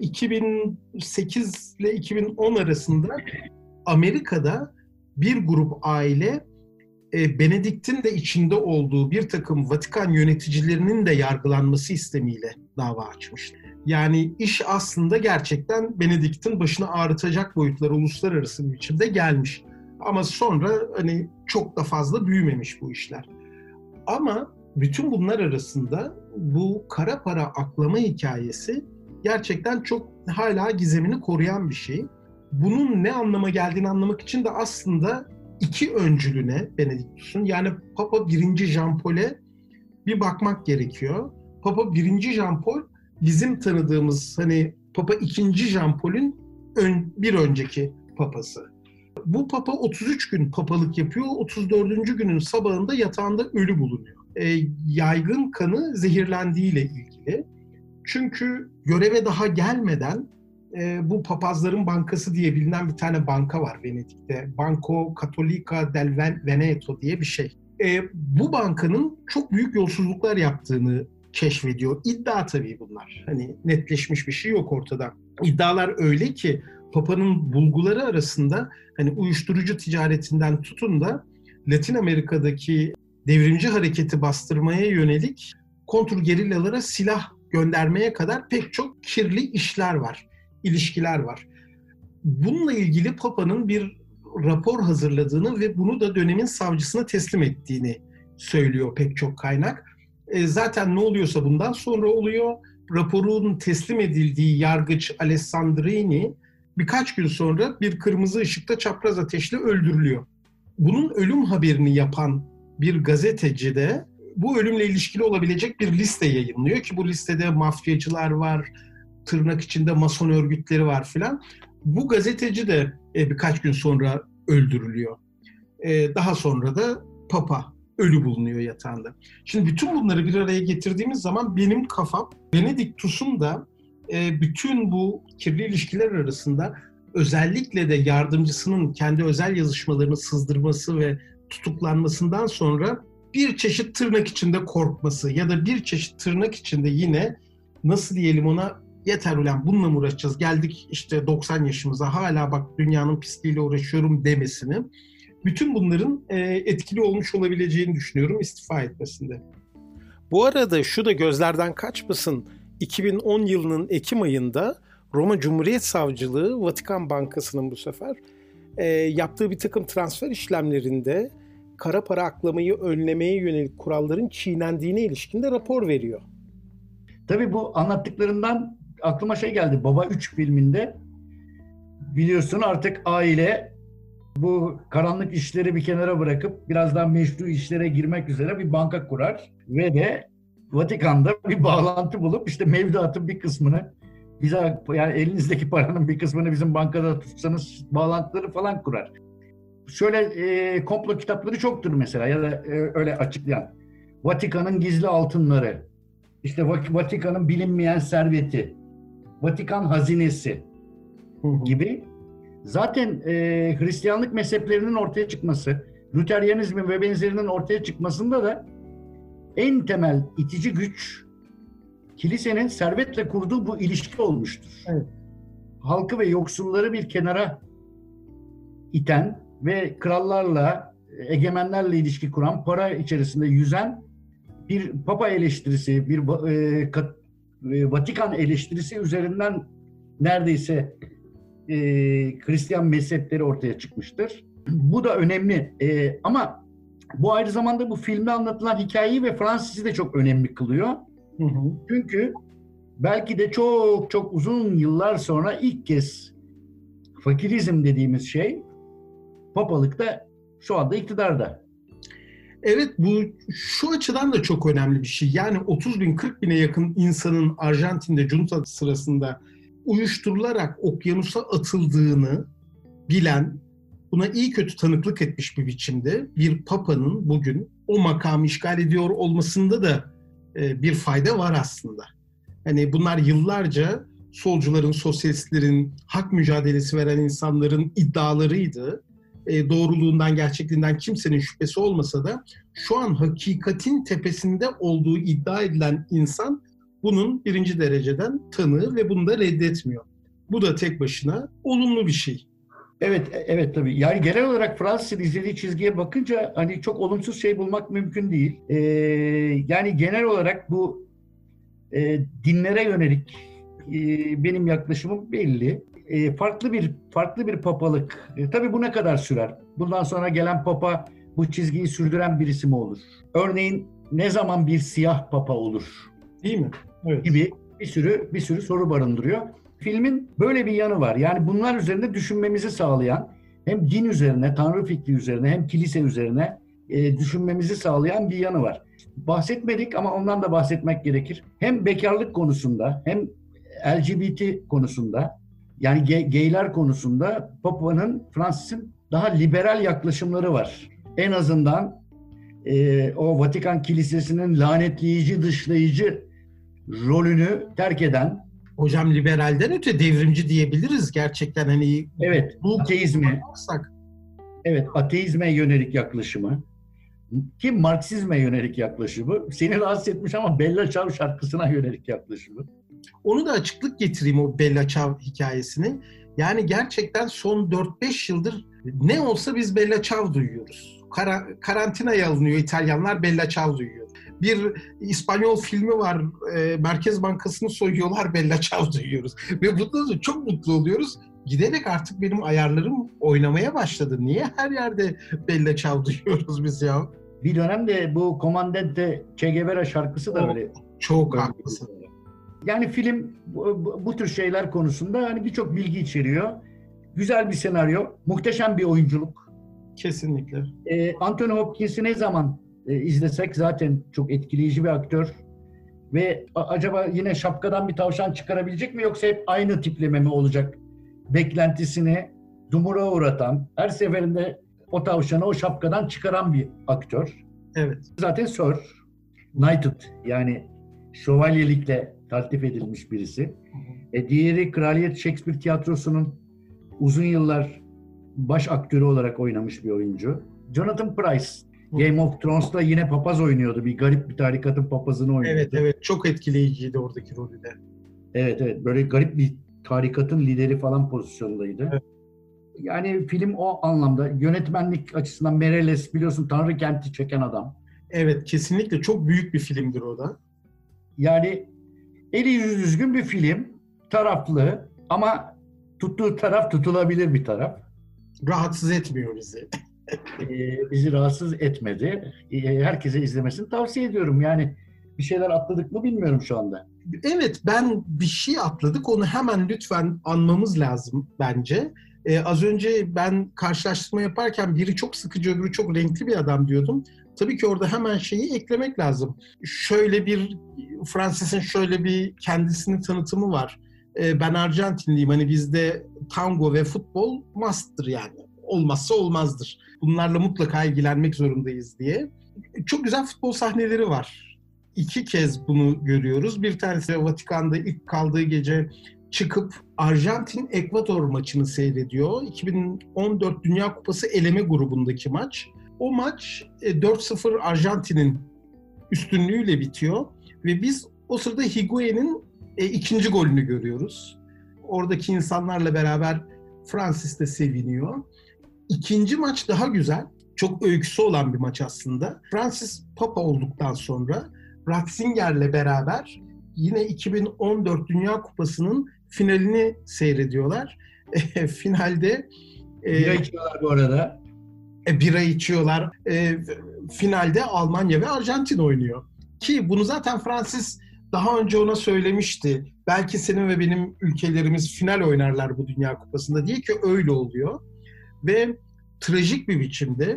2008 ile 2010 arasında Amerika'da bir grup aile Benedikt'in de içinde olduğu bir takım Vatikan yöneticilerinin de yargılanması istemiyle dava açmıştı. Yani iş aslında gerçekten Benedikt'in başını ağrıtacak boyutlara uluslararası bir biçimde gelmiş. Ama sonra hani çok da fazla büyümemiş bu işler. Ama bütün bunlar arasında bu kara para aklama hikayesi gerçekten çok hala gizemini koruyan bir şey. Bunun ne anlama geldiğini anlamak için de aslında iki öncülüne Benediktus'un, yani Papa 1. Jean Paul'e bir bakmak gerekiyor. Papa 1. Jean Paul bizim tanıdığımız hani Papa 2. Jean Paul'ün bir önceki papası. Bu papa 33 gün papalık yapıyor. 34. günün sabahında yatağında ölü bulunuyor. Yaygın kanı zehirlendiğiyle ilgili. Çünkü göreve daha gelmeden bu papazların bankası diye bilinen bir tane banka var Venedik'te. Banco Cattolica del Veneto diye bir şey. Bu bankanın çok büyük yolsuzluklar yaptığını keşfediyor. İddia tabii bunlar. Hani netleşmiş bir şey yok ortada. İddialar öyle ki Papa'nın bulguları arasında hani uyuşturucu ticaretinden tutun da Latin Amerika'daki devrimci hareketi bastırmaya yönelik kontrgerillalara silah göndermeye kadar pek çok kirli işler var, ilişkiler var. Bununla ilgili Papa'nın bir rapor hazırladığını ve bunu da dönemin savcısına teslim ettiğini söylüyor pek çok kaynak. Zaten ne oluyorsa bundan sonra oluyor. Raporun teslim edildiği yargıç Alessandrini birkaç gün sonra bir kırmızı ışıkta çapraz ateşle öldürülüyor. Bunun ölüm haberini yapan bir gazeteci de bu ölümle ilişkili olabilecek bir liste yayınlıyor ki bu listede mafyacılar var, tırnak içinde mason örgütleri var filan. Bu gazeteci de birkaç gün sonra öldürülüyor. Daha sonra da Papa ölü bulunuyor yatağında. Şimdi bütün bunları bir araya getirdiğimiz zaman benim kafam Benediktus'un da bütün bu kirli ilişkiler arasında özellikle de yardımcısının kendi özel yazışmalarını sızdırması ve tutuklanmasından sonra bir çeşit tırnak içinde korkması ya da bir çeşit tırnak içinde yine nasıl diyelim ona, yeter ulan bununla mı uğraşacağız, geldik işte 90 yaşımıza hala bak dünyanın pisliğiyle uğraşıyorum demesini, bütün bunların etkili olmuş olabileceğini düşünüyorum istifa etmesinde. Bu arada şu da gözlerden kaçmasın, 2010 yılının Ekim ayında Roma Cumhuriyet Savcılığı Vatikan Bankası'nın bu sefer yaptığı bir takım transfer işlemlerinde kara para aklamayı önlemeye yönelik kuralların çiğnendiğine ilişkin de rapor veriyor. Tabii bu anlattıklarından aklıma şey geldi. Baba 3 filminde biliyorsun artık aile bu karanlık işleri bir kenara bırakıp birazdan meşru işlere girmek üzere bir banka kurar ve de Vatikan'da bir bağlantı bulup işte mevduatın bir kısmını bize, yani elinizdeki paranın bir kısmını bizim bankada tutsanız bağlantıları falan kurar. Şöyle komplo kitapları çoktur mesela ya da öyle açıklayan. Vatikan'ın gizli altınları, işte Vatikan'ın bilinmeyen serveti, Vatikan hazinesi gibi. Zaten Hristiyanlık mezheplerinin ortaya çıkması, Lüteryanizmin ve benzerinin ortaya çıkmasında da en temel itici güç kilisenin servetle kurduğu bu ilişki olmuştur. Evet. Halkı ve yoksulları bir kenara iten ve krallarla, egemenlerle ilişki kuran, para içerisinde yüzen bir Papa eleştirisi, bir Vatikan eleştirisi üzerinden neredeyse Hristiyan mezhepleri ortaya çıkmıştır. Bu da önemli. Ama bu aynı zamanda bu filmde anlatılan hikayeyi ve Francis'i de çok önemli kılıyor. Hı hı. Çünkü belki de çok çok uzun yıllar sonra ilk kez fakirizm dediğimiz şey papalıkta şu anda iktidarda. Evet, bu şu açıdan da çok önemli bir şey. Yani 30 bin 40 bine yakın insanın Arjantin'de junta sırasında uyuşturularak okyanusa atıldığını bilen, buna iyi kötü tanıklık etmiş bir biçimde bir papanın bugün o makamı işgal ediyor olmasında da bir fayda var aslında. Hani bunlar yıllarca solcuların, sosyalistlerin, hak mücadelesi veren insanların iddialarıydı. Doğruluğundan, gerçekliğinden kimsenin şüphesi olmasa da şu an hakikatin tepesinde olduğu iddia edilen insan bunun birinci dereceden tanığı ve bunu da reddetmiyor. Bu da tek başına olumlu bir şey. Evet tabii. Yani genel olarak Fransız'ın izlediği çizgiye bakınca hani çok olumsuz şey bulmak mümkün değil. Yani genel olarak bu dinlere yönelik benim yaklaşımım belli. Farklı bir papalık. Tabii bu ne kadar sürer? Bundan sonra gelen papa bu çizgiyi sürdüren birisi mi olur? Örneğin ne zaman bir siyah papa olur? Değil mi? Evet. Gibi bir sürü soru barındırıyor. Filmin böyle bir yanı var. Yani bunlar üzerinde düşünmemizi sağlayan, hem din üzerine, Tanrı fikri üzerine, hem kilise üzerine düşünmemizi sağlayan bir yanı var. Bahsetmedik ama ondan da bahsetmek gerekir. Hem bekarlık konusunda, hem LGBT konusunda, yani gayler konusunda Papa'nın, Francis'in daha liberal yaklaşımları var. En azından o Vatikan Kilisesi'nin lanetleyici, dışlayıcı rolünü terk eden. Hocam liberalden öte devrimci diyebiliriz gerçekten, hani evet, ateizme yönelik yaklaşımı, ki Marksizme yönelik yaklaşımı, seni rahatsız etmiş ama Bella Ciao şarkısına yönelik yaklaşımı. Onu da açıklık getireyim, o Bella Ciao hikayesini. Yani gerçekten son 4-5 yıldır ne olsa biz Bella Ciao duyuyoruz. Karantinaya alınıyor İtalyanlar, Bella Ciao duyuyor. Bir İspanyol filmi var, Merkez Bankası'nı soyuyorlar, Bella Ciao duyuyoruz. Ve bundan sonra çok mutlu oluyoruz. Giderek artık benim ayarlarım oynamaya başladı. Niye her yerde Bella Ciao duyuyoruz biz ya? Bir dönemde bu Comandante Che Guevara şarkısı da öyle. Çok haklısın. Yani film bu tür şeyler konusunda hani birçok bilgi içeriyor. Güzel bir senaryo, muhteşem bir oyunculuk. Kesinlikle. Anthony Hopkins'i ne zaman izlesek zaten çok etkileyici bir aktör. Ve acaba yine şapkadan bir tavşan çıkarabilecek mi, yoksa hep aynı tipleme mi olacak? Beklentisini dumura uğratan, her seferinde o tavşanı o şapkadan çıkaran bir aktör. Evet. Zaten Sir, Knighted, yani şövalyelikle taltif edilmiş birisi. Diğeri Kraliyet Shakespeare Tiyatrosu'nun uzun yıllar baş aktörü olarak oynamış bir oyuncu. Jonathan Pryce, Game of Thrones'ta yine papaz oynuyordu. Bir garip bir tarikatın papazını oynuyordu. Evet, çok etkileyiciydi oradaki rolü de. Evet, böyle garip bir tarikatın lideri falan pozisyondaydı. Evet. Yani film o anlamda, yönetmenlik açısından Meirelles, biliyorsun, Tanrı Kent'i çeken adam. Evet, kesinlikle çok büyük bir filmdir o da. Yani eli yüzü düzgün bir film, taraflı ama tuttuğu taraf tutulabilir bir taraf. Rahatsız etmiyor bizi. Bizi rahatsız etmedi. Herkese izlemesini tavsiye ediyorum. Yani bir şeyler atladık mı bilmiyorum şu anda. Evet, ben bir şey atladık. Onu hemen lütfen anmamız lazım bence. Az önce ben karşılaştırma yaparken biri çok sıkıcı, öbürü çok renkli bir adam diyordum. Tabii ki orada hemen şeyi eklemek lazım. Francis'in şöyle bir kendisini tanıtımı var. Ben Arjantinliyim. Hani bizde tango ve futbol must'tır yani. Olmazsa olmazdır. Bunlarla mutlaka ilgilenmek zorundayız diye. Çok güzel futbol sahneleri var. 2 kez bunu görüyoruz. Bir tanesi Vatikan'da ilk kaldığı gece çıkıp Arjantin-Ekvador maçını seyrediyor. 2014 Dünya Kupası eleme grubundaki maç. O maç 4-0 Arjantin'in üstünlüğüyle bitiyor. Ve biz o sırada Higuain'in ikinci golünü görüyoruz. Oradaki insanlarla beraber Francis de seviniyor. İkinci maç daha güzel. Çok öyküsü olan bir maç aslında. Francis Papa olduktan sonra Ratzinger'le beraber yine 2014 Dünya Kupası'nın finalini seyrediyorlar. Finalde bira içiyorlar bu arada. Bira içiyorlar. Finalde Almanya ve Arjantin oynuyor. Ki bunu zaten Francis daha önce ona söylemişti. Belki senin ve benim ülkelerimiz final oynarlar bu Dünya Kupası'nda diye, ki öyle oluyor. Ve trajik bir biçimde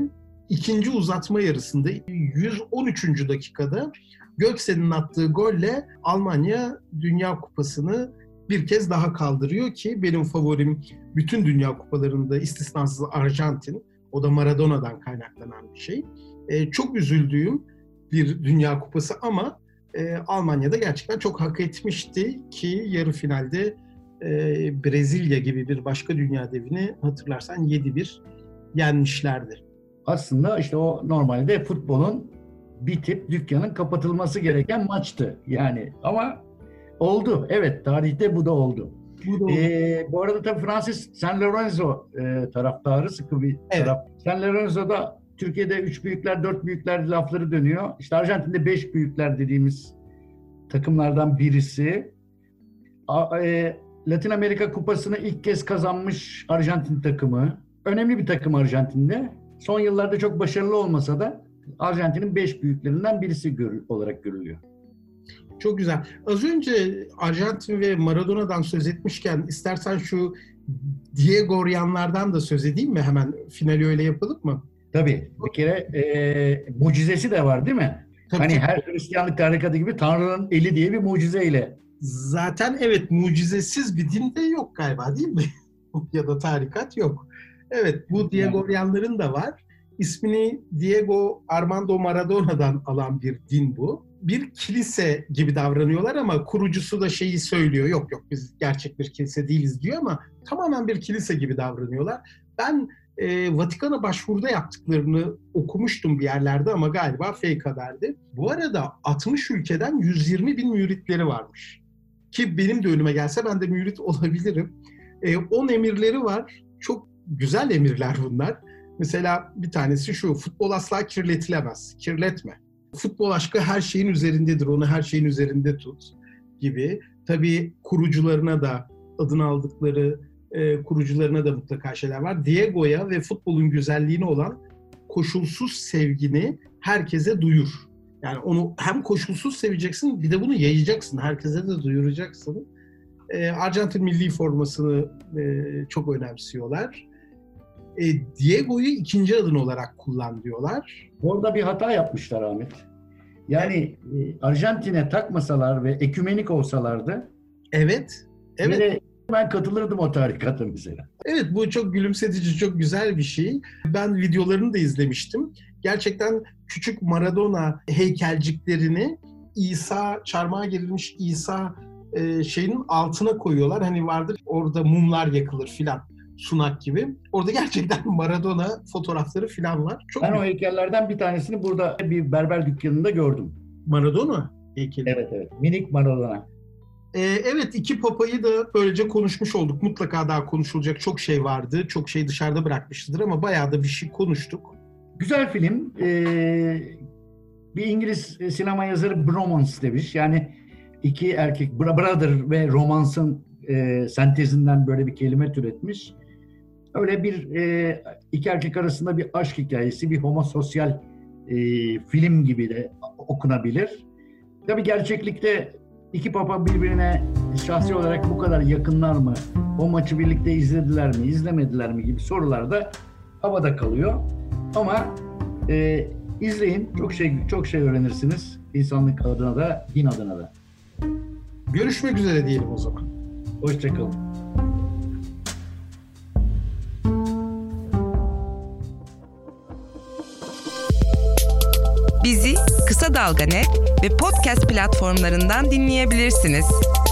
ikinci uzatma yarısında 113. dakikada Göksen'in attığı golle Almanya Dünya Kupası'nı bir kez daha kaldırıyor ki benim favorim bütün Dünya Kupalarında istisnasız Arjantin. O da Maradona'dan kaynaklanan bir şey. Çok üzüldüğüm bir Dünya Kupası ama Almanya'da gerçekten çok hak etmişti ki yarı finalde Brezilya gibi bir başka dünya devini hatırlarsan 7-1 yenmişlerdi. Aslında işte o normalde futbolun bitip dükkanın kapatılması gereken maçtı yani ama oldu. Evet, tarihte bu da oldu. Bu arada tabii Francis San Lorenzo taraftarı, sıkı bir taraf. San Lorenzo'da Türkiye'de 3 büyükler, 4 büyükler lafları dönüyor. İşte Arjantin'de 5 büyükler dediğimiz takımlardan birisi. Latin Amerika Kupası'nı ilk kez kazanmış Arjantin takımı. Önemli bir takım Arjantin'de. Son yıllarda çok başarılı olmasa da Arjantin'in 5 büyüklerinden birisi olarak görülüyor. Çok güzel. Az önce Arjantin ve Maradona'dan söz etmişken istersen şu Diego Ryan'lardan da söz edeyim mi? Hemen finali öyle yapalım mı? Tabii. Bir kere mucizesi de var değil mi? Tabii. Hani her Hristiyanlık tarikatı gibi Tanrı'nın eli diye bir mucizeyle. Zaten evet, mucizesiz bir din de yok galiba değil mi? Ya da tarikat yok. Evet, bu Diego Ryan'ların da var. İsmini Diego Armando Maradona'dan alan bir din bu. Bir kilise gibi davranıyorlar ama kurucusu da şeyi söylüyor. Yok biz gerçek bir kilise değiliz diyor ama tamamen bir kilise gibi davranıyorlar. Ben Vatikan'a başvuruda yaptıklarını okumuştum bir yerlerde ama galiba fake haberdi. Bu arada 60 ülkeden 120 bin müritleri varmış. Ki benim de önüme gelse ben de mürit olabilirim. 10 emirleri var. Çok güzel emirler bunlar. Mesela bir tanesi şu: futbol asla kirletilemez. Kirletme. Futbol aşkı her şeyin üzerindedir. Onu her şeyin üzerinde tut gibi. Tabii kurucularına da, adını aldıkları kurucularına da mutlaka şeyler var. Diego'ya ve futbolun güzelliğine olan koşulsuz sevgini herkese duyur. Yani onu hem koşulsuz seveceksin, bir de bunu yayacaksın. Herkese de duyuracaksın. Arjantin milli formasını çok önemsiyorlar. Diego'yu ikinci adın olarak kullan diyorlar. Orada bir hata yapmışlar Ahmet. Yani Arjantin'e takmasalar ve ekümenik olsalardı. Evet. Ben katılırdım o tarikata mesela. Evet, bu çok gülümsetici, çok güzel bir şey. Ben videolarını da izlemiştim. Gerçekten küçük Maradona heykelciklerini İsa, çarmıha gerilmiş İsa şeyin altına koyuyorlar. Hani vardır orada mumlar yakılır filan, sunak gibi. Orada gerçekten Maradona fotoğrafları filan var. Çok ben o heykellerden bir tanesini burada bir berber dükkanında gördüm. Maradona heykeli. Evet. Minik Maradona. Evet, iki papayı da böylece konuşmuş olduk. Mutlaka daha konuşulacak çok şey vardı. Çok şey dışarıda bırakmışızdır ama bayağı da bir şey konuştuk. Güzel film. Bir İngiliz sinema yazarı bromance demiş. Yani iki erkek, brother ve romansın sentezinden böyle bir kelime türetmiş. Öyle bir iki erkek arasında bir aşk hikayesi, bir homososyal film gibi de okunabilir. Tabii gerçeklikte iki papa birbirine şahsi olarak bu kadar yakınlar mı? O maçı birlikte izlediler mi, izlemediler mi gibi sorular da havada kalıyor. Ama izleyin, çok şey öğrenirsiniz. İnsanlık adına da, din adına da. Görüşmek üzere diyelim o zaman. Hoşça kalın. Bizi Kısa Dalga Net ve podcast platformlarından dinleyebilirsiniz.